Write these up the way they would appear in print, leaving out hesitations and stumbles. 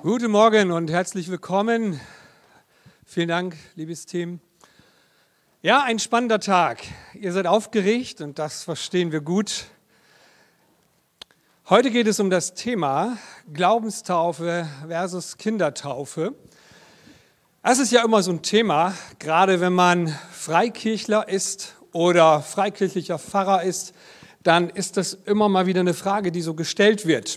Guten Morgen und herzlich willkommen. Vielen Dank, liebes Team. Ja, ein spannender Tag. Ihr seid aufgeregt und das verstehen wir gut. Heute geht es um das Thema Glaubenstaufe versus Kindertaufe. Das ist ja immer so ein Thema, gerade wenn man Freikirchler ist oder freikirchlicher Pfarrer ist, dann ist das immer mal wieder eine Frage, die so gestellt wird.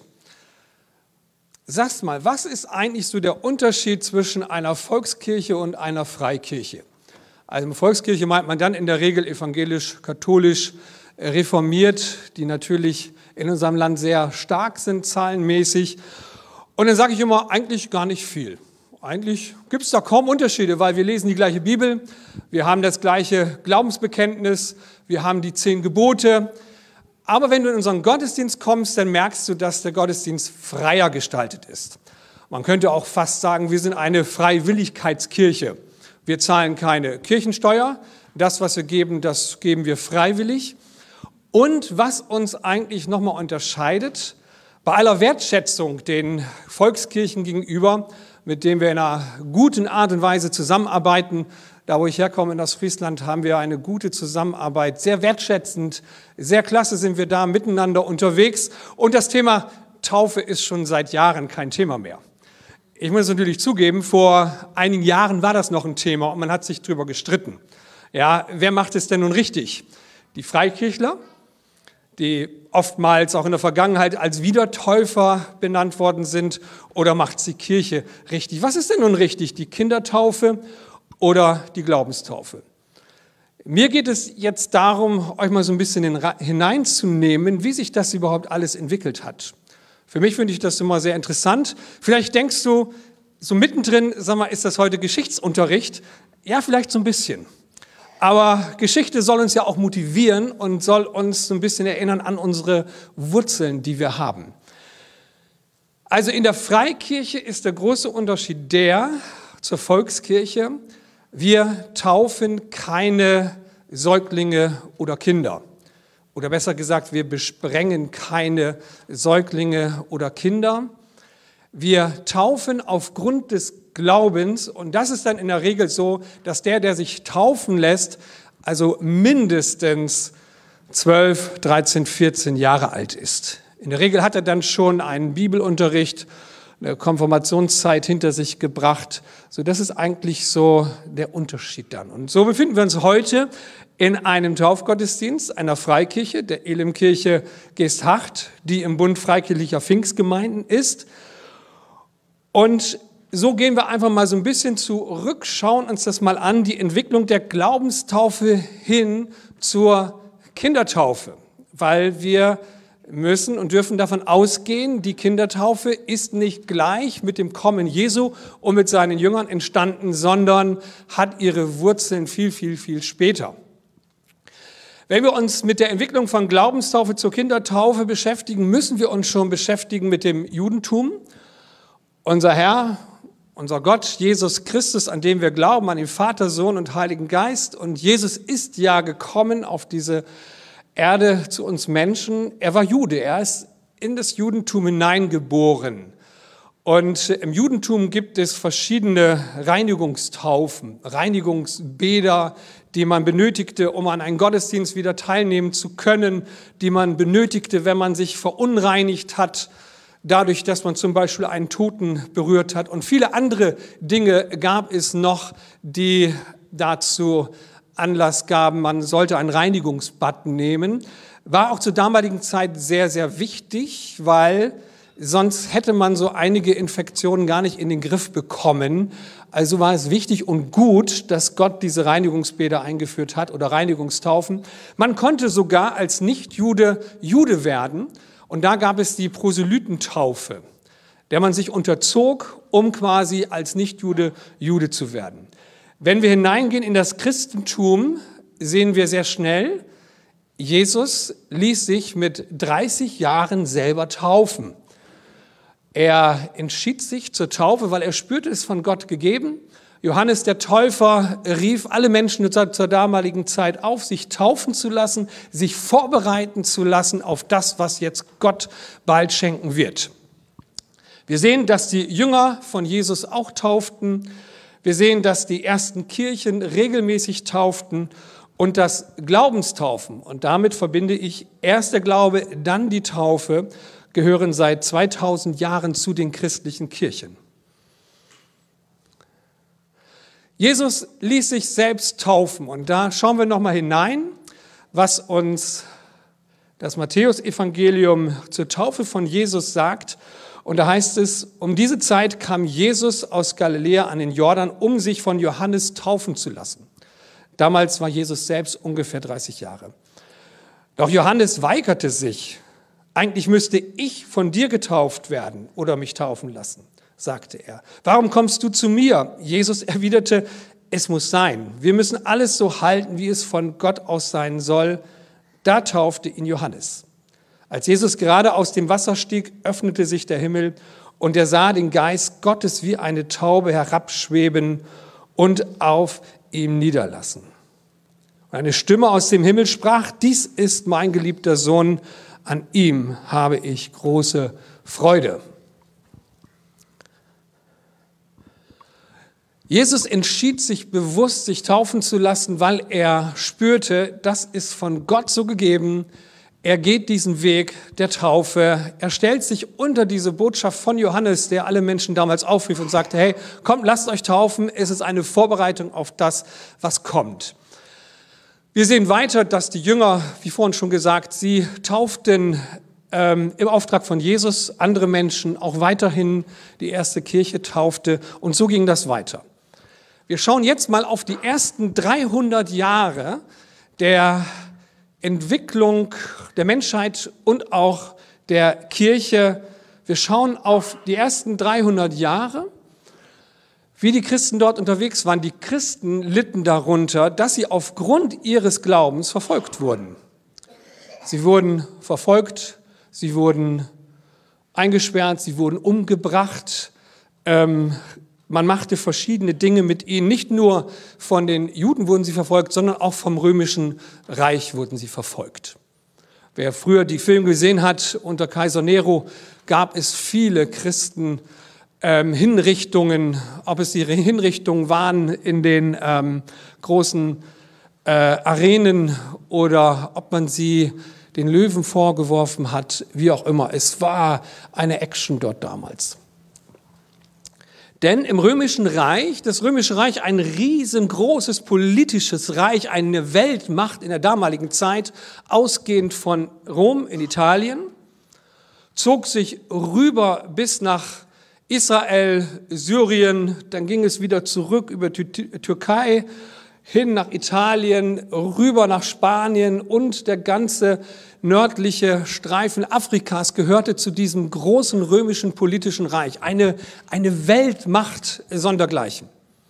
Sag's mal, was ist eigentlich so der Unterschied zwischen einer Volkskirche und einer Freikirche? Also mit Volkskirche meint man dann in der Regel evangelisch, katholisch, reformiert, die natürlich in unserem Land sehr stark sind, zahlenmäßig. Und dann sage ich immer, eigentlich gar nicht viel. Eigentlich gibt es da kaum Unterschiede, weil wir lesen die gleiche Bibel, wir haben das gleiche Glaubensbekenntnis, wir haben die 10 Gebote. Aber wenn du in unseren Gottesdienst kommst, dann merkst du, dass der Gottesdienst freier gestaltet ist. Man könnte auch fast sagen, wir sind eine Freiwilligkeitskirche. Wir zahlen keine Kirchensteuer. Das, was wir geben, das geben wir freiwillig. Und was uns eigentlich nochmal unterscheidet, bei aller Wertschätzung den Volkskirchen gegenüber, mit denen wir in einer guten Art und Weise zusammenarbeiten, da, wo ich herkomme, in Ostfriesland, haben wir eine gute Zusammenarbeit, sehr wertschätzend, sehr klasse sind wir da miteinander unterwegs. Und das Thema Taufe ist schon seit Jahren kein Thema mehr. Ich muss natürlich zugeben, vor einigen Jahren war das noch ein Thema und man hat sich darüber gestritten. Ja, wer macht es denn nun richtig? Die Freikirchler, die oftmals auch in der Vergangenheit als Wiedertäufer benannt worden sind, oder macht es die Kirche richtig? Was ist denn nun richtig, die Kindertaufe oder die Glaubenstaufe? Mir geht es jetzt darum, euch mal so ein bisschen hineinzunehmen, wie sich das überhaupt alles entwickelt hat. Für mich finde ich das immer sehr interessant. Vielleicht denkst du so mittendrin, sag mal, ist das heute Geschichtsunterricht? Ja, vielleicht so ein bisschen. Aber Geschichte soll uns ja auch motivieren und soll uns so ein bisschen erinnern an unsere Wurzeln, die wir haben. Also in der Freikirche ist der große Unterschied zur Volkskirche: wir taufen keine Säuglinge oder Kinder. Oder besser gesagt, wir besprengen keine Säuglinge oder Kinder. Wir taufen aufgrund des Glaubens, und das ist dann in der Regel so, dass der sich taufen lässt, also mindestens 12, 13, 14 Jahre alt ist. In der Regel hat er dann schon einen Bibelunterricht, eine Konfirmationszeit hinter sich gebracht. So, das ist eigentlich so der Unterschied dann. Und so befinden wir uns heute in einem Taufgottesdienst einer Freikirche, der Elimkirche Geesthacht, die im Bund freikirchlicher Pfingstgemeinden ist. Und so gehen wir einfach mal so ein bisschen zurück, schauen uns das mal an, die Entwicklung der Glaubenstaufe hin zur Kindertaufe, weil wir müssen und dürfen davon ausgehen, die Kindertaufe ist nicht gleich mit dem Kommen Jesu und mit seinen Jüngern entstanden, sondern hat ihre Wurzeln viel, viel, viel später. Wenn wir uns mit der Entwicklung von Glaubenstaufe zur Kindertaufe beschäftigen, müssen wir uns schon beschäftigen mit dem Judentum. Unser Herr, unser Gott, Jesus Christus, an dem wir glauben, an den Vater, Sohn und Heiligen Geist. Und Jesus ist ja gekommen auf diese Erde zu uns Menschen. Er war Jude, er ist in das Judentum hineingeboren. Und im Judentum gibt es verschiedene Reinigungstaufen, Reinigungsbäder, die man benötigte, um an einen Gottesdienst wieder teilnehmen zu können, die man benötigte, wenn man sich verunreinigt hat, dadurch, dass man zum Beispiel einen Toten berührt hat. Und viele andere Dinge gab es noch, die dazu Anlass gaben, man sollte ein Reinigungsbad nehmen. War auch zur damaligen Zeit sehr, sehr wichtig, weil sonst hätte man so einige Infektionen gar nicht in den Griff bekommen. Also war es wichtig und gut, dass Gott diese Reinigungsbäder eingeführt hat oder Reinigungstaufen. Man konnte sogar als Nichtjude Jude werden. Und da gab es die Proselytentaufe, der man sich unterzog, um quasi als Nichtjude Jude zu werden. Wenn wir hineingehen in das Christentum, sehen wir sehr schnell, Jesus ließ sich mit 30 Jahren selber taufen. Er entschied sich zur Taufe, weil er spürte, es von Gott gegeben. Johannes der Täufer rief alle Menschen zur damaligen Zeit auf, sich taufen zu lassen, sich vorbereiten zu lassen auf das, was jetzt Gott bald schenken wird. Wir sehen, dass die Jünger von Jesus auch tauften. Wir sehen, dass die ersten Kirchen regelmäßig tauften und das Glaubenstaufen, und damit verbinde ich erst der Glaube, dann die Taufe, gehören seit 2000 Jahren zu den christlichen Kirchen. Jesus ließ sich selbst taufen, und da schauen wir nochmal hinein, was uns das Matthäusevangelium zur Taufe von Jesus sagt. Und da heißt es, um diese Zeit kam Jesus aus Galiläa an den Jordan, um sich von Johannes taufen zu lassen. Damals war Jesus selbst ungefähr 30 Jahre. Doch Johannes weigerte sich. Eigentlich müsste ich von dir getauft werden oder mich taufen lassen, sagte er. Warum kommst du zu mir? Jesus erwiderte, es muss sein. Wir müssen alles so halten, wie es von Gott aus sein soll. Da taufte ihn Johannes. Als Jesus gerade aus dem Wasser stieg, öffnete sich der Himmel und er sah den Geist Gottes wie eine Taube herabschweben und auf ihm niederlassen. Und eine Stimme aus dem Himmel sprach, dies ist mein geliebter Sohn, an ihm habe ich große Freude. Jesus entschied sich bewusst, sich taufen zu lassen, weil er spürte, das ist von Gott so gegeben. Er geht diesen Weg der Taufe. Er stellt sich unter diese Botschaft von Johannes, der alle Menschen damals aufrief und sagte, hey, kommt, lasst euch taufen. Es ist eine Vorbereitung auf das, was kommt. Wir sehen weiter, dass die Jünger, wie vorhin schon gesagt, sie tauften im Auftrag von Jesus andere Menschen, auch weiterhin die erste Kirche taufte, und so ging das weiter. Wir schauen jetzt mal auf die ersten 300 Jahre der Entwicklung der Menschheit und auch der Kirche. Wir schauen auf die ersten 300 Jahre, wie die Christen dort unterwegs waren. Die Christen litten darunter, dass sie aufgrund ihres Glaubens verfolgt wurden. Sie wurden verfolgt, sie wurden eingesperrt, sie wurden umgebracht. Man machte verschiedene Dinge mit ihnen. Nicht nur von den Juden wurden sie verfolgt, sondern auch vom Römischen Reich wurden sie verfolgt. Wer früher die Filme gesehen hat, unter Kaiser Nero gab es viele Christen, Hinrichtungen, ob es die Hinrichtungen waren in den großen Arenen oder ob man sie den Löwen vorgeworfen hat, wie auch immer. Es war eine Action dort damals. Denn im Römischen Reich, das Römische Reich, ein riesengroßes politisches Reich, eine Weltmacht in der damaligen Zeit, ausgehend von Rom in Italien, zog sich rüber bis nach Israel, Syrien, dann ging es wieder zurück über die Türkei, hin nach Italien, rüber nach Spanien, und der ganze nördliche Streifen Afrikas gehörte zu diesem großen römischen politischen Reich. Eine Weltmacht sondergleichen.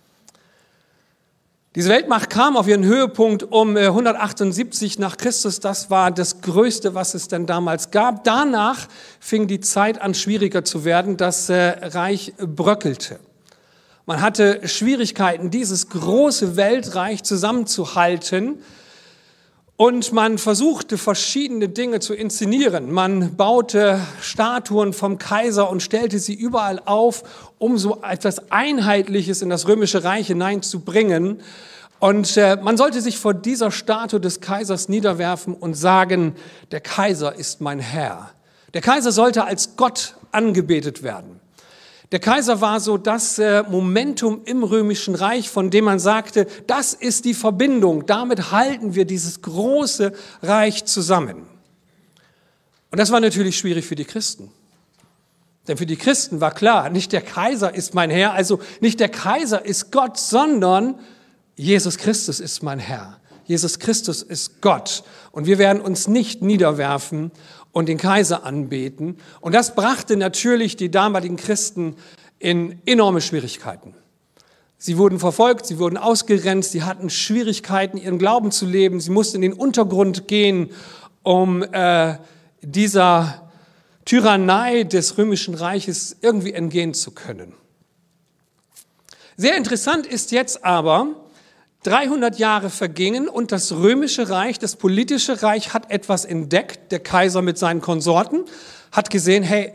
Diese Weltmacht kam auf ihren Höhepunkt um 178 nach Christus. Das war das Größte, was es denn damals gab. Danach fing die Zeit an, schwieriger zu werden. Das Reich bröckelte. Man hatte Schwierigkeiten, dieses große Weltreich zusammenzuhalten. Und man versuchte, verschiedene Dinge zu inszenieren. Man baute Statuen vom Kaiser und stellte sie überall auf, um so etwas Einheitliches in das Römische Reich hineinzubringen. Und man sollte sich vor dieser Statue des Kaisers niederwerfen und sagen, der Kaiser ist mein Herr. Der Kaiser sollte als Gott angebetet werden. Der Kaiser war so das Momentum im Römischen Reich, von dem man sagte, das ist die Verbindung, damit halten wir dieses große Reich zusammen. Und das war natürlich schwierig für die Christen. Denn für die Christen war klar, nicht der Kaiser ist mein Herr, also nicht der Kaiser ist Gott, sondern Jesus Christus ist mein Herr. Jesus Christus ist Gott. Und wir werden uns nicht niederwerfen und den Kaiser anbeten. Und das brachte natürlich die damaligen Christen in enorme Schwierigkeiten. Sie wurden verfolgt, sie wurden ausgegrenzt, sie hatten Schwierigkeiten, ihren Glauben zu leben. Sie mussten in den Untergrund gehen, um dieser Tyrannei des Römischen Reiches irgendwie entgehen zu können. Sehr interessant ist jetzt aber, 300 Jahre vergingen und das Römische Reich, das politische Reich, hat etwas entdeckt. Der Kaiser mit seinen Konsorten hat gesehen, hey,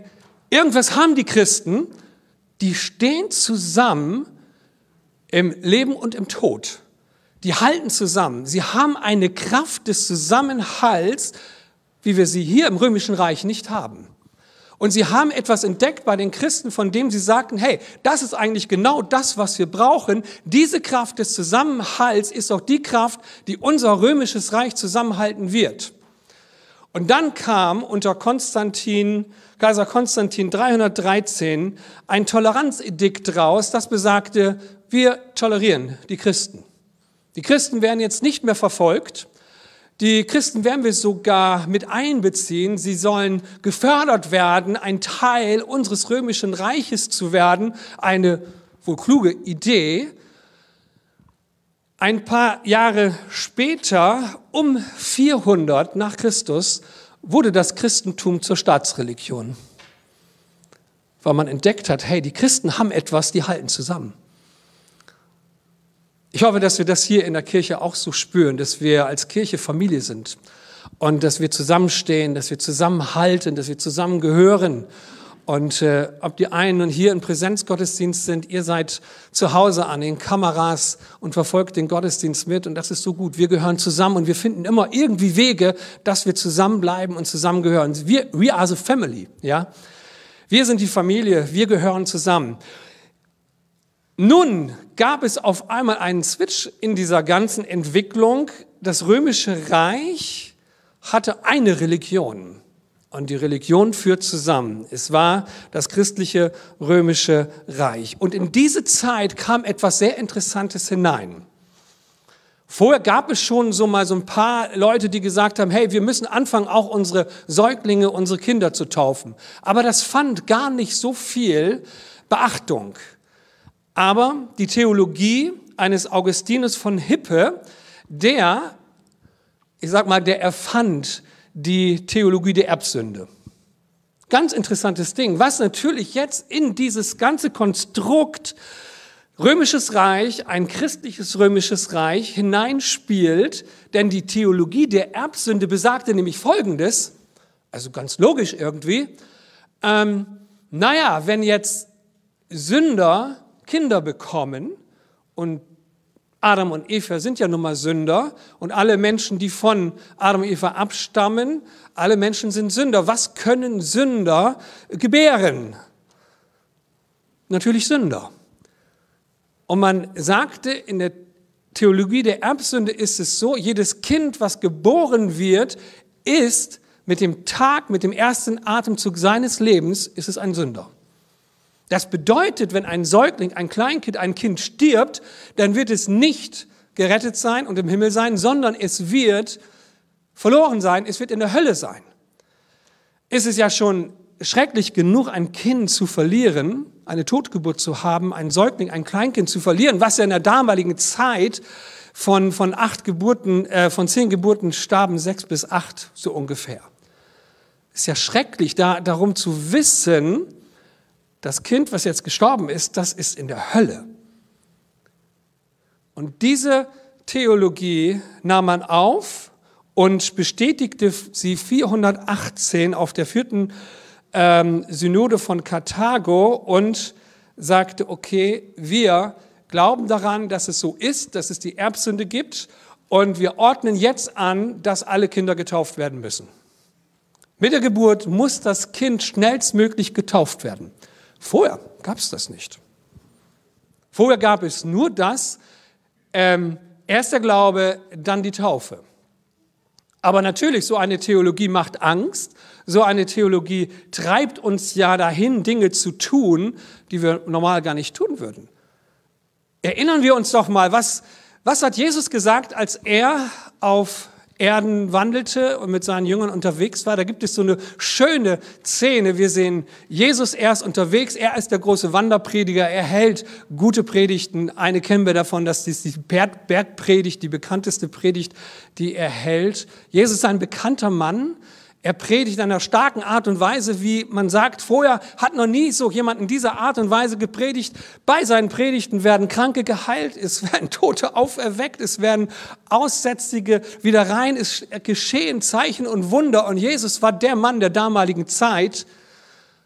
Irgendwas haben die Christen, die stehen zusammen im Leben und im Tod. Die halten zusammen. Sie haben eine Kraft des Zusammenhalts, wie wir sie hier im Römischen Reich nicht haben. Und sie haben etwas entdeckt bei den Christen, von dem sie sagten, hey, das ist eigentlich genau das, was wir brauchen. Diese Kraft des Zusammenhalts ist auch die Kraft, die unser Römisches Reich zusammenhalten wird. Und dann kam unter Kaiser Konstantin 313 ein Toleranzedikt raus, das besagte, wir tolerieren die Christen. Die Christen werden jetzt nicht mehr verfolgt. Die Christen werden wir sogar mit einbeziehen. Sie sollen gefördert werden, ein Teil unseres römischen Reiches zu werden. Eine wohl kluge Idee. Ein paar Jahre später, um 400 nach Christus, wurde das Christentum zur Staatsreligion. Weil man entdeckt hat, hey, die Christen haben etwas, die halten zusammen. Ich hoffe, dass wir das hier in der Kirche auch so spüren, dass wir als Kirche Familie sind und dass wir zusammenstehen, dass wir zusammenhalten, dass wir zusammengehören. Und ob die einen hier im Präsenzgottesdienst sind, ihr seid zu Hause an den Kameras und verfolgt den Gottesdienst mit und das ist so gut. Wir gehören zusammen und wir finden immer irgendwie Wege, dass wir zusammenbleiben und zusammengehören. We are the family, ja. Wir sind die Familie, wir gehören zusammen. Nun gab es auf einmal einen Switch in dieser ganzen Entwicklung. Das Römische Reich hatte eine Religion und die Religion führt zusammen. Es war das christliche Römische Reich. Und in diese Zeit kam etwas sehr Interessantes hinein. Vorher gab es schon so ein paar Leute, die gesagt haben, hey, wir müssen anfangen, auch unsere Säuglinge, unsere Kinder zu taufen. Aber das fand gar nicht so viel Beachtung. Aber die Theologie eines Augustinus von Hippe, der erfand die Theologie der Erbsünde. Ganz interessantes Ding, was natürlich jetzt in dieses ganze Konstrukt Römisches Reich, ein christliches Römisches Reich hineinspielt, denn die Theologie der Erbsünde besagte nämlich Folgendes, also ganz logisch irgendwie, wenn jetzt Sünder Kinder bekommen und Adam und Eva sind ja nun mal Sünder und alle Menschen, die von Adam und Eva abstammen, alle Menschen sind Sünder. Was können Sünder gebären? Natürlich Sünder. Und man sagte, in der Theologie der Erbsünde ist es so, jedes Kind, was geboren wird, ist mit dem ersten Atemzug seines Lebens, ist es ein Sünder. Das bedeutet, wenn ein Säugling, ein Kleinkind, ein Kind stirbt, dann wird es nicht gerettet sein und im Himmel sein, sondern es wird verloren sein, es wird in der Hölle sein. Es ist ja schon schrecklich genug, ein Kind zu verlieren, eine Totgeburt zu haben, ein Säugling, ein Kleinkind zu verlieren, was ja in der damaligen Zeit von 10 Geburten starben 6 bis 8 so ungefähr. Ist ja schrecklich, darum zu wissen, das Kind, was jetzt gestorben ist, das ist in der Hölle. Und diese Theologie nahm man auf und bestätigte sie 418 auf der 4. Synode von Karthago und sagte, okay, wir glauben daran, dass es so ist, dass es die Erbsünde gibt und wir ordnen jetzt an, dass alle Kinder getauft werden müssen. Mit der Geburt muss das Kind schnellstmöglich getauft werden. Vorher gab es das nicht. Vorher gab es nur das, erst der Glaube, dann die Taufe. Aber natürlich, so eine Theologie macht Angst, so eine Theologie treibt uns ja dahin, Dinge zu tun, die wir normal gar nicht tun würden. Erinnern wir uns doch mal, was hat Jesus gesagt, als er auf Erden wandelte und mit seinen Jüngern unterwegs war? Da gibt es so eine schöne Szene. Wir sehen Jesus erst unterwegs. Er ist der große Wanderprediger. Er hält gute Predigten. Eine kennen wir davon, das ist die Bergpredigt, die bekannteste Predigt, die er hält. Jesus ist ein bekannter Mann. Er predigt in einer starken Art und Weise, wie man sagt, vorher hat noch nie so jemand in dieser Art und Weise gepredigt. Bei seinen Predigten werden Kranke geheilt, es werden Tote auferweckt, es werden Aussätzige wieder rein, es geschehen Zeichen und Wunder. Und Jesus war der Mann der damaligen Zeit.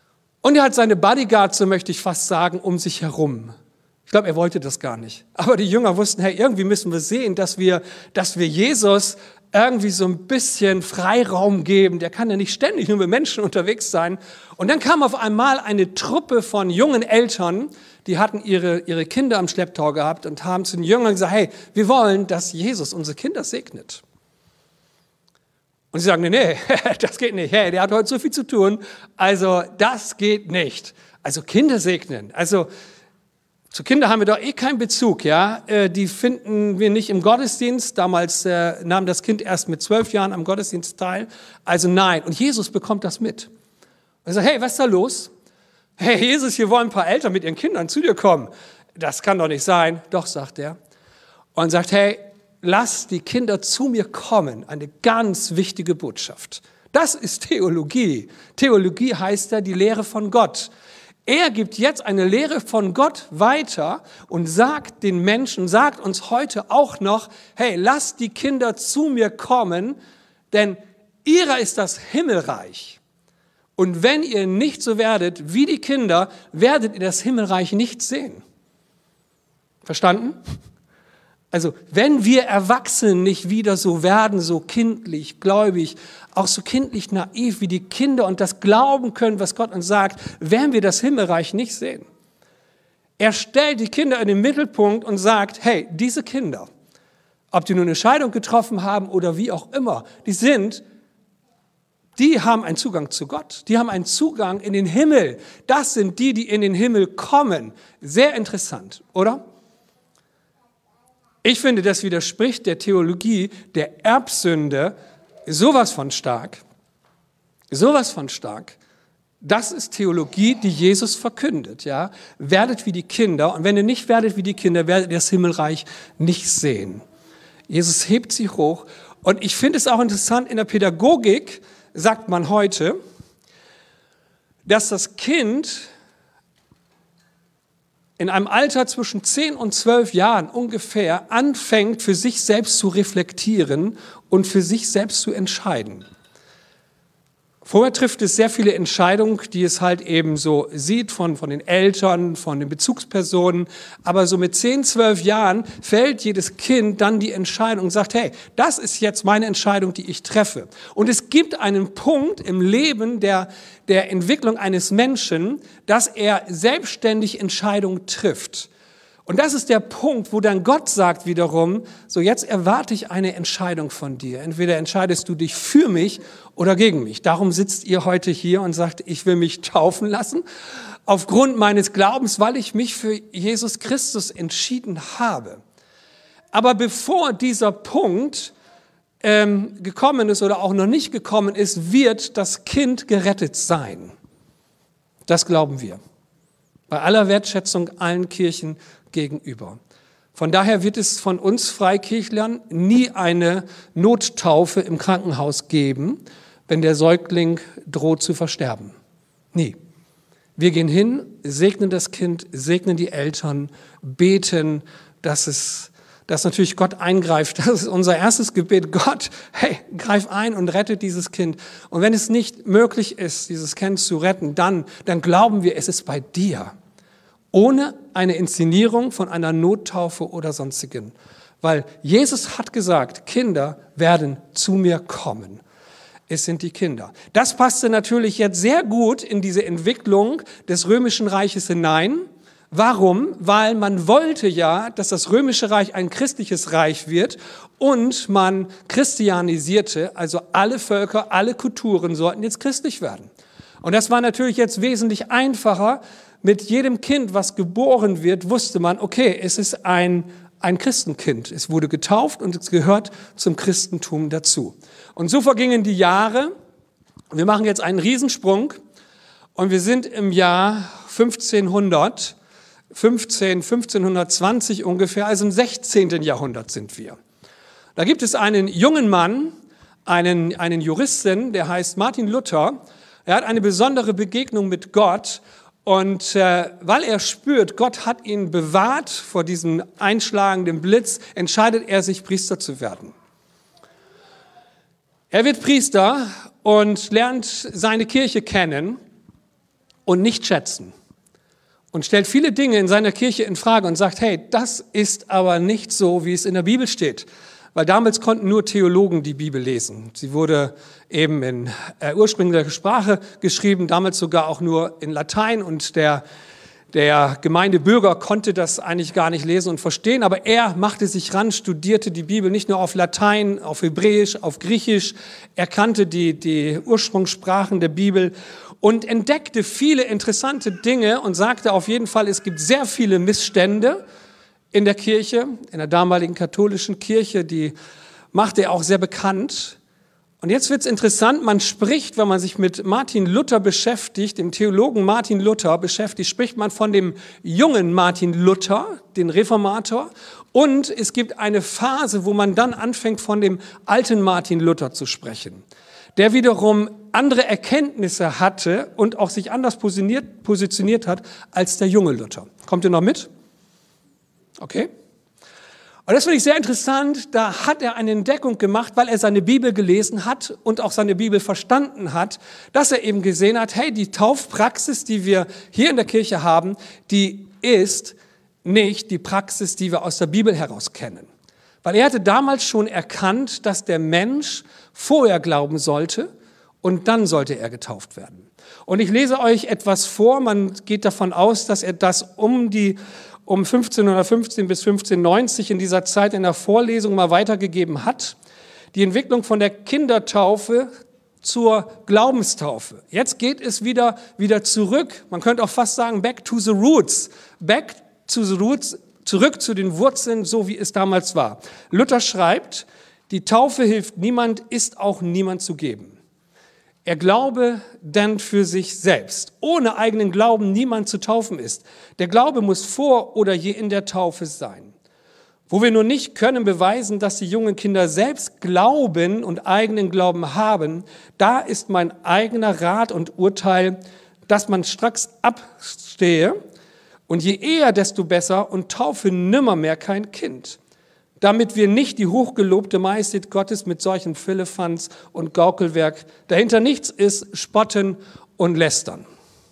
Und er hat seine Bodyguards, so möchte ich fast sagen, um sich herum. Ich glaube, er wollte das gar nicht. Aber die Jünger wussten, hey, irgendwie müssen wir sehen, dass wir Jesus irgendwie so ein bisschen Freiraum geben. Der kann ja nicht ständig nur mit Menschen unterwegs sein. Und dann kam auf einmal eine Truppe von jungen Eltern, die hatten ihre Kinder am Schlepptau gehabt und haben zu den Jüngern gesagt, hey, wir wollen, dass Jesus unsere Kinder segnet. Und sie sagen, nee, das geht nicht. Hey, der hat heute so viel zu tun. Also das geht nicht. Also Kinder segnen. Also zu Kindern haben wir doch keinen Bezug, ja. Die finden wir nicht im Gottesdienst. Damals nahm das Kind erst mit 12 Jahren am Gottesdienst teil. Also nein. Und Jesus bekommt das mit. Und er sagt, hey, was ist da los? Hey, Jesus, hier wollen ein paar Eltern mit ihren Kindern zu dir kommen. Das kann doch nicht sein. Doch, sagt er. Und sagt, hey, lass die Kinder zu mir kommen. Eine ganz wichtige Botschaft. Das ist Theologie. Theologie heißt ja die Lehre von Gott. Er gibt jetzt eine Lehre von Gott weiter und sagt den Menschen, sagt uns heute auch noch, hey, lasst die Kinder zu mir kommen, denn ihrer ist das Himmelreich. Und wenn ihr nicht so werdet wie die Kinder, werdet ihr das Himmelreich nicht sehen. Verstanden? Also wenn wir Erwachsenen nicht wieder so werden, so kindlich, gläubig, auch so kindlich naiv wie die Kinder und das glauben können, was Gott uns sagt, werden wir das Himmelreich nicht sehen. Er stellt die Kinder in den Mittelpunkt und sagt, hey, diese Kinder, ob die nur eine Scheidung getroffen haben oder wie auch immer, die haben einen Zugang zu Gott, die haben einen Zugang in den Himmel. Das sind die, die in den Himmel kommen. Sehr interessant, oder? Ich finde, das widerspricht der Theologie der Erbsünde sowas von stark. Sowas von stark. Das ist Theologie, die Jesus verkündet. Ja? Werdet wie die Kinder. Und wenn ihr nicht werdet wie die Kinder, werdet ihr das Himmelreich nicht sehen. Jesus hebt sie hoch. Und ich finde es auch interessant, in der Pädagogik sagt man heute, dass das Kind in einem Alter zwischen 10 und 12 Jahren ungefähr anfängt, für sich selbst zu reflektieren und für sich selbst zu entscheiden. Vorher trifft es sehr viele Entscheidungen, die es halt eben so sieht von den Eltern, von den Bezugspersonen. Aber so mit 10, 12 Jahren fällt jedes Kind dann die Entscheidung und sagt, hey, das ist jetzt meine Entscheidung, die ich treffe. Und es gibt einen Punkt im Leben der Entwicklung eines Menschen, dass er selbstständig Entscheidungen trifft. Und das ist der Punkt, wo dann Gott sagt wiederum, so jetzt erwarte ich eine Entscheidung von dir. Entweder entscheidest du dich für mich oder gegen mich. Darum sitzt ihr heute hier und sagt, ich will mich taufen lassen aufgrund meines Glaubens, weil ich mich für Jesus Christus entschieden habe. Aber bevor dieser Punkt gekommen ist oder auch noch nicht gekommen ist, wird das Kind gerettet sein. Das glauben wir. Bei aller Wertschätzung allen Kirchen gegenüber. Von daher wird es von uns Freikirchlern nie eine Nottaufe im Krankenhaus geben, wenn der Säugling droht zu versterben. Nie. Wir gehen hin, segnen das Kind, segnen die Eltern, beten, dass natürlich Gott eingreift. Das ist unser erstes Gebet. Gott, hey, greif ein und rettet dieses Kind. Und wenn es nicht möglich ist, dieses Kind zu retten, dann glauben wir, es ist bei dir. Ohne eine Inszenierung von einer Nottaufe oder sonstigen. Weil Jesus hat gesagt, Kinder werden zu mir kommen. Es sind die Kinder. Das passte natürlich jetzt sehr gut in diese Entwicklung des Römischen Reiches hinein. Warum? Weil man wollte ja, dass das Römische Reich ein christliches Reich wird und man christianisierte, also alle Völker, alle Kulturen sollten jetzt christlich werden. Und das war natürlich jetzt wesentlich einfacher. Mit jedem Kind, was geboren wird, wusste man, okay, es ist ein Christenkind. Es wurde getauft und es gehört zum Christentum dazu. Und so vergingen die Jahre. Wir machen jetzt einen Riesensprung und wir sind im Jahr 1520 ungefähr, also im 16. Jahrhundert sind wir. Da gibt es einen jungen Mann, einen Juristen, der heißt Martin Luther. Er hat eine besondere Begegnung mit Gott. Und weil er spürt, Gott hat ihn bewahrt vor diesem einschlagenden Blitz, entscheidet er sich, Priester zu werden. Er wird Priester und lernt seine Kirche kennen und nicht schätzen. Und stellt viele Dinge in seiner Kirche in Frage und sagt, hey, das ist aber nicht so, wie es in der Bibel steht. Weil damals konnten nur Theologen die Bibel lesen. Sie wurde eben in ursprünglicher Sprache geschrieben, damals sogar auch nur in Latein. Und der Gemeindebürger konnte das eigentlich gar nicht lesen und verstehen. Aber er machte sich ran, studierte die Bibel nicht nur auf Latein, auf Hebräisch, auf Griechisch. Er kannte die Ursprungssprachen der Bibel und entdeckte viele interessante Dinge und sagte auf jeden Fall, es gibt sehr viele Missstände in der Kirche, in der damaligen katholischen Kirche, die machte er auch sehr bekannt. Und jetzt wird es interessant, man spricht, wenn man sich mit Martin Luther beschäftigt, dem Theologen Martin Luther beschäftigt, spricht man von dem jungen Martin Luther, den Reformator. Und es gibt eine Phase, wo man dann anfängt, von dem alten Martin Luther zu sprechen, der wiederum andere Erkenntnisse hatte und auch sich anders positioniert hat als der junge Luther. Kommt ihr noch mit? Okay. Und das finde ich sehr interessant, da hat er eine Entdeckung gemacht, weil er seine Bibel gelesen hat und auch seine Bibel verstanden hat, dass er eben gesehen hat, hey, die Taufpraxis, die wir hier in der Kirche haben, die ist nicht die Praxis, die wir aus der Bibel heraus kennen. Weil er hatte damals schon erkannt, dass der Mensch vorher glauben sollte und dann sollte er getauft werden. Und ich lese euch etwas vor, man geht davon aus, dass er das um 1515 bis 1590 in dieser Zeit in der Vorlesung mal weitergegeben hat. Die Entwicklung von der Kindertaufe zur Glaubenstaufe. Jetzt geht es wieder zurück. Man könnte auch fast sagen, back to the roots. Back to the roots, zurück zu den Wurzeln, so wie es damals war. Luther schreibt, die Taufe hilft niemand, ist auch niemand zu geben. Er glaube dann für sich selbst. Ohne eigenen Glauben niemand zu taufen ist. Der Glaube muss vor oder je in der Taufe sein. Wo wir nur nicht können beweisen, dass die jungen Kinder selbst glauben und eigenen Glauben haben, da ist mein eigener Rat und Urteil, dass man stracks abstehe und je eher, desto besser und taufe nimmermehr kein Kind. Damit wir nicht die hochgelobte Majestät Gottes mit solchen Philippans und Gaukelwerk dahinter nichts ist, spotten und lästern.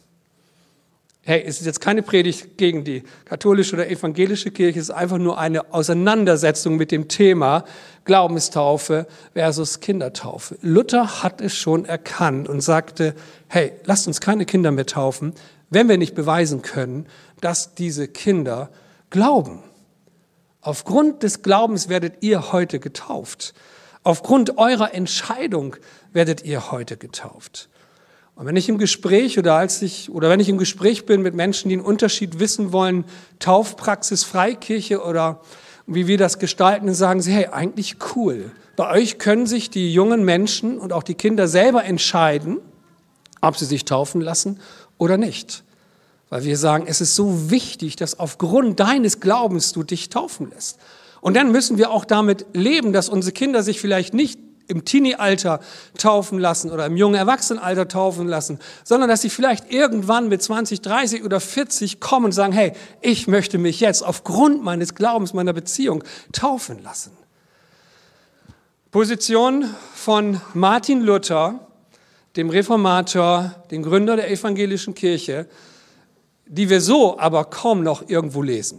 Hey, es ist jetzt keine Predigt gegen die katholische oder evangelische Kirche, es ist einfach nur eine Auseinandersetzung mit dem Thema Glaubenstaufe versus Kindertaufe. Luther hat es schon erkannt und sagte, hey, lasst uns keine Kinder mehr taufen, wenn wir nicht beweisen können, dass diese Kinder glauben. Aufgrund des Glaubens werdet ihr heute getauft. Aufgrund eurer Entscheidung werdet ihr heute getauft. Und wenn ich im Gespräch wenn ich im Gespräch bin mit Menschen, die einen Unterschied wissen wollen, Taufpraxis, Freikirche oder wie wir das gestalten, dann sagen sie, hey, eigentlich cool. Bei euch können sich die jungen Menschen und auch die Kinder selber entscheiden, ob sie sich taufen lassen oder nicht. Weil wir sagen, es ist so wichtig, dass aufgrund deines Glaubens du dich taufen lässt. Und dann müssen wir auch damit leben, dass unsere Kinder sich vielleicht nicht im Teenie-Alter taufen lassen oder im jungen Erwachsenenalter taufen lassen, sondern dass sie vielleicht irgendwann mit 20, 30 oder 40 kommen und sagen, hey, ich möchte mich jetzt aufgrund meines Glaubens, meiner Beziehung taufen lassen. Position von Martin Luther, dem Reformator, dem Gründer der evangelischen Kirche, die wir so aber kaum noch irgendwo lesen.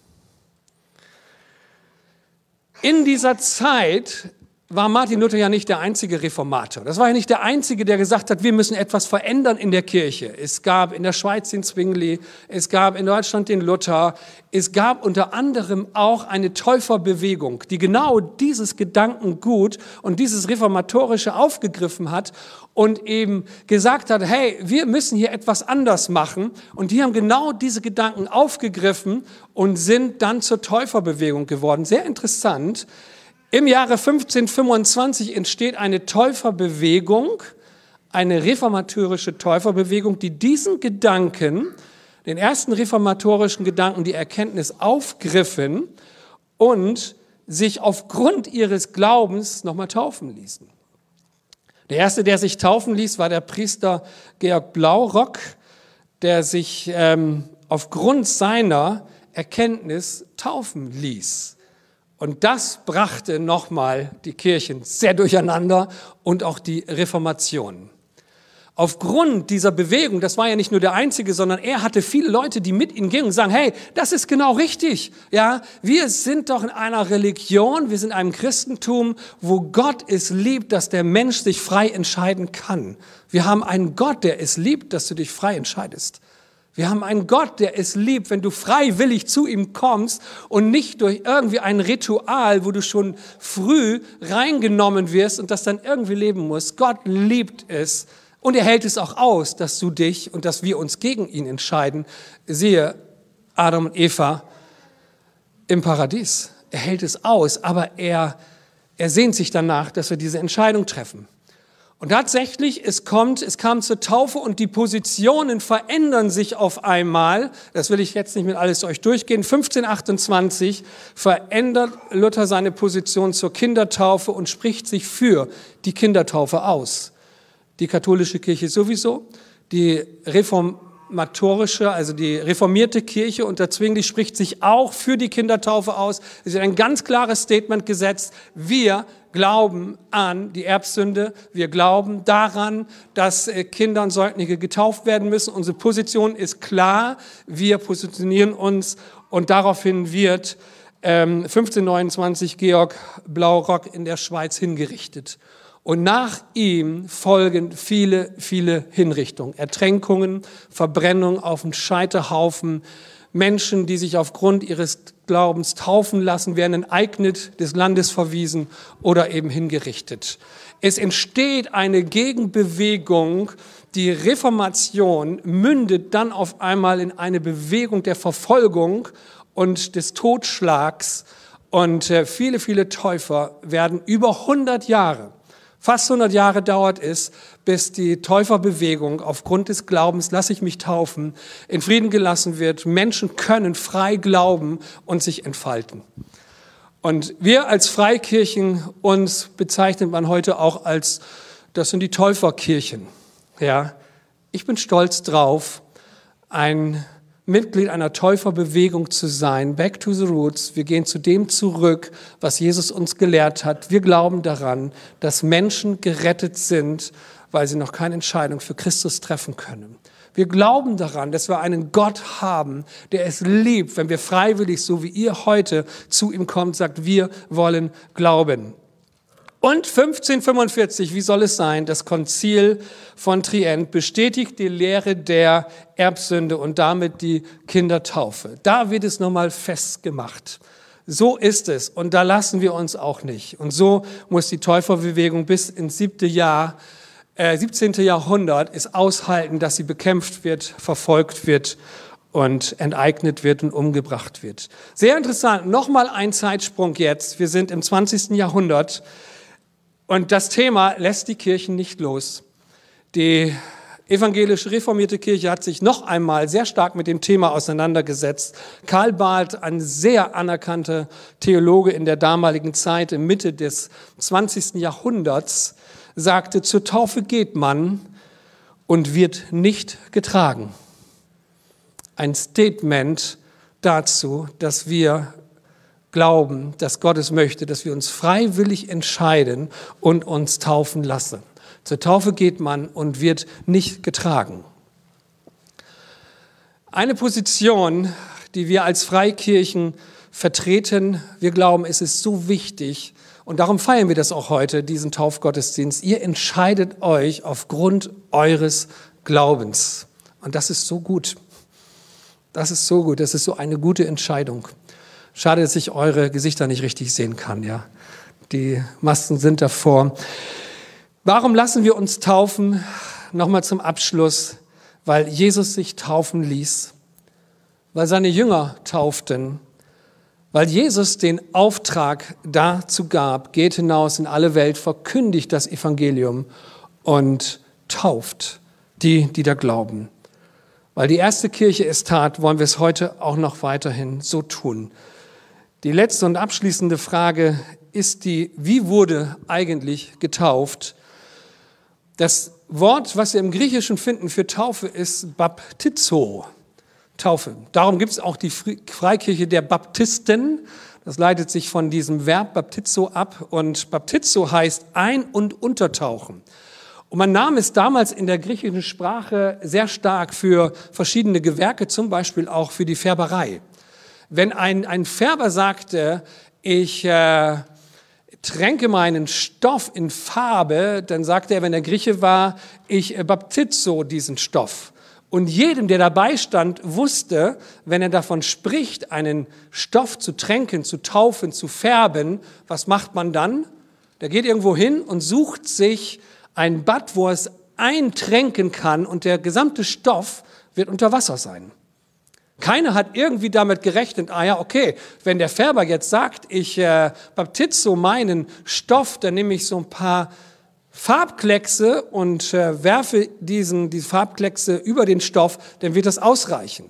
In dieser Zeit war Martin Luther ja nicht der einzige Reformator. Das war ja nicht der einzige, der gesagt hat, wir müssen etwas verändern in der Kirche. Es gab in der Schweiz den Zwingli, es gab in Deutschland den Luther, es gab unter anderem auch eine Täuferbewegung, die genau dieses Gedankengut und dieses Reformatorische aufgegriffen hat und eben gesagt hat, hey, wir müssen hier etwas anders machen. Und die haben genau diese Gedanken aufgegriffen und sind dann zur Täuferbewegung geworden. Sehr interessant. Im Jahre 1525 entsteht eine Täuferbewegung, eine reformatorische Täuferbewegung, die diesen Gedanken, den ersten reformatorischen Gedanken, die Erkenntnis aufgriffen und sich aufgrund ihres Glaubens nochmal taufen ließen. Der erste, der sich taufen ließ, war der Priester Georg Blaurock, der sich aufgrund seiner Erkenntnis taufen ließ. Und das brachte nochmal die Kirchen sehr durcheinander und auch die Reformation. Aufgrund dieser Bewegung, das war ja nicht nur der Einzige, sondern er hatte viele Leute, die mit ihm gingen und sagen, hey, das ist genau richtig. Ja, wir sind doch in einer Religion, wir sind in einem Christentum, wo Gott es liebt, dass der Mensch sich frei entscheiden kann. Wir haben einen Gott, der es liebt, dass du dich frei entscheidest. Wir haben einen Gott, der es liebt, wenn du freiwillig zu ihm kommst und nicht durch irgendwie ein Ritual, wo du schon früh reingenommen wirst und das dann irgendwie leben musst. Gott liebt es. Und er hält es auch aus, dass du dich und dass wir uns gegen ihn entscheiden. Siehe Adam und Eva im Paradies. Er hält es aus, aber er sehnt sich danach, dass wir diese Entscheidung treffen. Und tatsächlich, es kam zur Taufe und die Positionen verändern sich auf einmal. Das will ich jetzt nicht mit alles euch durchgehen. 1528 verändert Luther seine Position zur Kindertaufe und spricht sich für die Kindertaufe aus. Die katholische Kirche sowieso, die reformatorische, also die reformierte Kirche unter Zwingli spricht sich auch für die Kindertaufe aus. Es ist ein ganz klares Statement gesetzt. Wir glauben an die Erbsünde. Wir glauben daran, dass Kinder und Säuglinge getauft werden müssen. Unsere Position ist klar. Wir positionieren uns und daraufhin wird 1529 Georg Blaurock in der Schweiz hingerichtet. Und nach ihm folgen viele, viele Hinrichtungen, Ertränkungen, Verbrennung auf dem Scheiterhaufen. Menschen, die sich aufgrund ihres Glaubens taufen lassen, werden enteignet, des Landes verwiesen oder eben hingerichtet. Es entsteht eine Gegenbewegung. Die Reformation mündet dann auf einmal in eine Bewegung der Verfolgung und des Totschlags. Und viele, viele Täufer werden über 100 Jahre, fast 100 Jahre dauert es, bis die Täuferbewegung aufgrund des Glaubens, lasse ich mich taufen, in Frieden gelassen wird. Menschen können frei glauben und sich entfalten. Und wir als Freikirchen, uns bezeichnet man heute auch als, das sind die Täuferkirchen. Ja, ich bin stolz drauf, ein Mitglied einer Täuferbewegung zu sein. Back to the roots. Wir gehen zu dem zurück, was Jesus uns gelehrt hat. Wir glauben daran, dass Menschen gerettet sind, weil sie noch keine Entscheidung für Christus treffen können. Wir glauben daran, dass wir einen Gott haben, der es liebt, wenn wir freiwillig, so wie ihr heute, zu ihm kommt, sagt, wir wollen glauben. Und 1545, wie soll es sein, das Konzil von Trient bestätigt die Lehre der Erbsünde und damit die Kindertaufe. Da wird es nochmal festgemacht. So ist es und da lassen wir uns auch nicht. Und so muss die Täuferbewegung bis ins 17. Jahrhundert es aushalten, dass sie bekämpft wird, verfolgt wird und enteignet wird und umgebracht wird. Sehr interessant, nochmal ein Zeitsprung jetzt. Wir sind im 20. Jahrhundert. Und das Thema lässt die Kirchen nicht los. Die evangelische reformierte Kirche hat sich noch einmal sehr stark mit dem Thema auseinandergesetzt. Karl Barth, ein sehr anerkannter Theologe in der damaligen Zeit, in Mitte des 20. Jahrhunderts, sagte, zur Taufe geht man und wird nicht getragen. Ein Statement dazu, dass wir glauben, dass Gott es möchte, dass wir uns freiwillig entscheiden und uns taufen lassen. Zur Taufe geht man und wird nicht getragen. Eine Position, die wir als Freikirchen vertreten, wir glauben, es ist so wichtig und darum feiern wir das auch heute, diesen Taufgottesdienst. Ihr entscheidet euch aufgrund eures Glaubens. Und das ist so gut. Das ist so gut. Das ist so eine gute Entscheidung. Schade, dass ich eure Gesichter nicht richtig sehen kann, ja. Die Masken sind davor. Warum lassen wir uns taufen? Nochmal zum Abschluss. Weil Jesus sich taufen ließ. Weil seine Jünger tauften. Weil Jesus den Auftrag dazu gab, geht hinaus in alle Welt, verkündigt das Evangelium und tauft die, die da glauben. Weil die erste Kirche es tat, wollen wir es heute auch noch weiterhin so tun. Die letzte und abschließende Frage ist wie wurde eigentlich getauft? Das Wort, was wir im Griechischen finden für Taufe, ist Baptizo, Taufe. Darum gibt es auch die Freikirche der Baptisten. Das leitet sich von diesem Verb Baptizo ab und Baptizo heißt ein- und untertauchen. Und man nahm es damals in der griechischen Sprache sehr stark für verschiedene Gewerke, zum Beispiel auch für die Färberei. Wenn ein Färber sagte, ich tränke meinen Stoff in Farbe, dann sagte er, wenn er Grieche war, ich baptizo diesen Stoff. Und jedem, der dabei stand, wusste, wenn er davon spricht, einen Stoff zu tränken, zu taufen, zu färben, was macht man dann? Der geht irgendwo hin und sucht sich ein Bad, wo er es eintränken kann und der gesamte Stoff wird unter Wasser sein. Keiner hat irgendwie damit gerechnet, okay, wenn der Färber jetzt sagt, ich baptizo meinen Stoff, dann nehme ich so ein paar Farbkleckse und werfe diese Farbkleckse über den Stoff, dann wird das ausreichen.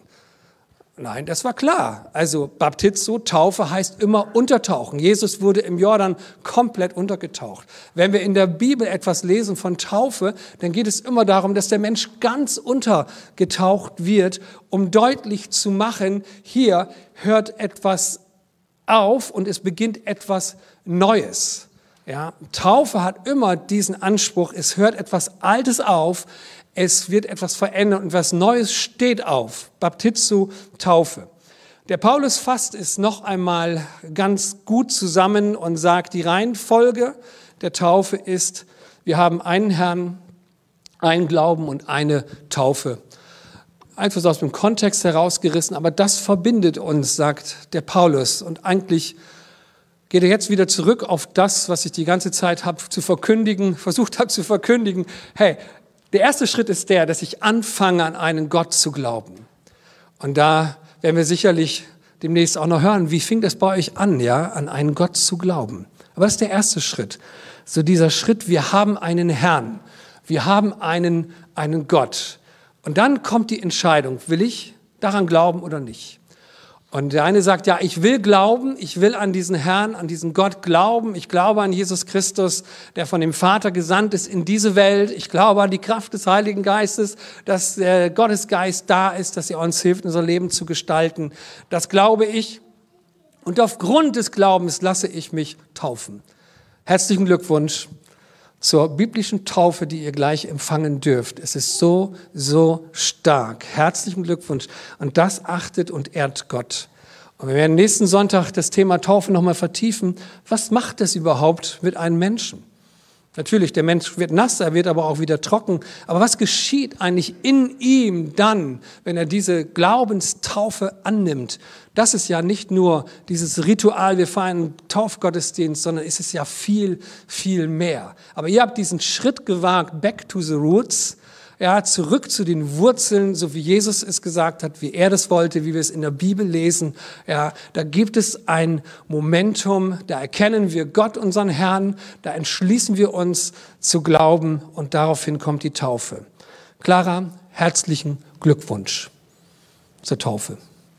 Nein, das war klar. Also Baptizo, Taufe heißt immer untertauchen. Jesus wurde im Jordan komplett untergetaucht. Wenn wir in der Bibel etwas lesen von Taufe, dann geht es immer darum, dass der Mensch ganz untergetaucht wird, um deutlich zu machen, hier hört etwas auf und es beginnt etwas Neues. Ja, Taufe hat immer diesen Anspruch, es hört etwas Altes auf, es wird etwas verändert und was Neues steht auf. Baptizo, Taufe. Der Paulus fasst es noch einmal ganz gut zusammen und sagt, die Reihenfolge der Taufe ist, wir haben einen Herrn, einen Glauben und eine Taufe. Einfach aus dem Kontext herausgerissen, aber das verbindet uns, sagt der Paulus. Und eigentlich geht er jetzt wieder zurück auf das, was ich die ganze Zeit versucht habe zu verkündigen. Hey, der erste Schritt ist der, dass ich anfange, an einen Gott zu glauben. Und da werden wir sicherlich demnächst auch noch hören, wie fing das bei euch an, ja, an einen Gott zu glauben. Aber das ist der erste Schritt. So dieser Schritt, wir haben einen Herrn, wir haben einen Gott. Und dann kommt die Entscheidung, will ich daran glauben oder nicht? Und der eine sagt, ja, ich will glauben, ich will an diesen Herrn, an diesen Gott glauben. Ich glaube an Jesus Christus, der von dem Vater gesandt ist in diese Welt. Ich glaube an die Kraft des Heiligen Geistes, dass der Gottesgeist da ist, dass er uns hilft, unser Leben zu gestalten. Das glaube ich. Und aufgrund des Glaubens lasse ich mich taufen. Herzlichen Glückwunsch zur biblischen Taufe, die ihr gleich empfangen dürft. Es ist so, so stark. Herzlichen Glückwunsch. Und das achtet und ehrt Gott. Und wir werden nächsten Sonntag das Thema Taufe nochmal vertiefen. Was macht das überhaupt mit einem Menschen? Natürlich, der Mensch wird nass, er wird aber auch wieder trocken. Aber was geschieht eigentlich in ihm dann, wenn er diese Glaubenstaufe annimmt? Das ist ja nicht nur dieses Ritual, wir feiern einen Taufgottesdienst, sondern es ist ja viel, viel mehr. Aber ihr habt diesen Schritt gewagt, back to the roots, ja, zurück zu den Wurzeln, so wie Jesus es gesagt hat, wie er das wollte, wie wir es in der Bibel lesen. Ja, da gibt es ein Momentum, da erkennen wir Gott, unseren Herrn, da entschließen wir uns zu glauben und daraufhin kommt die Taufe. Clara, herzlichen Glückwunsch zur Taufe.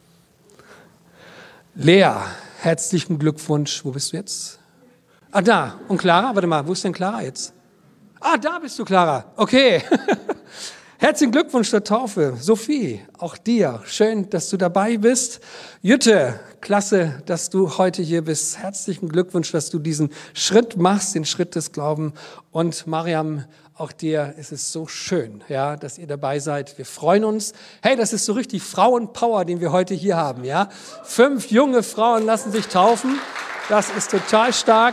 Lea, herzlichen Glückwunsch. Wo bist du jetzt? Ah, da. Und Clara? Warte mal, wo ist denn Clara jetzt? Ah, da bist du, Clara. Okay. Herzlichen Glückwunsch zur Taufe. Sophie, auch dir. Schön, dass du dabei bist. Jütte, klasse, dass du heute hier bist. Herzlichen Glückwunsch, dass du diesen Schritt machst, den Schritt des Glaubens. Und Mariam, auch dir ist es so schön, ja, dass ihr dabei seid. Wir freuen uns. Hey, das ist so richtig Frauenpower, den wir heute hier haben. Ja? 5 junge Frauen lassen sich taufen. Das ist total stark.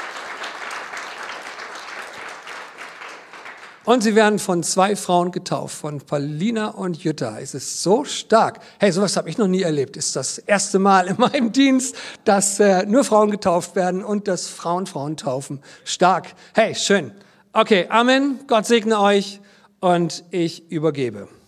Und sie werden von 2 Frauen getauft, von Paulina und Jutta. Es ist so stark. Hey, sowas habe ich noch nie erlebt. Es ist das erste Mal in meinem Dienst, dass nur Frauen getauft werden und dass Frauen taufen. Stark. Hey, schön. Okay, Amen. Gott segne euch und ich übergebe.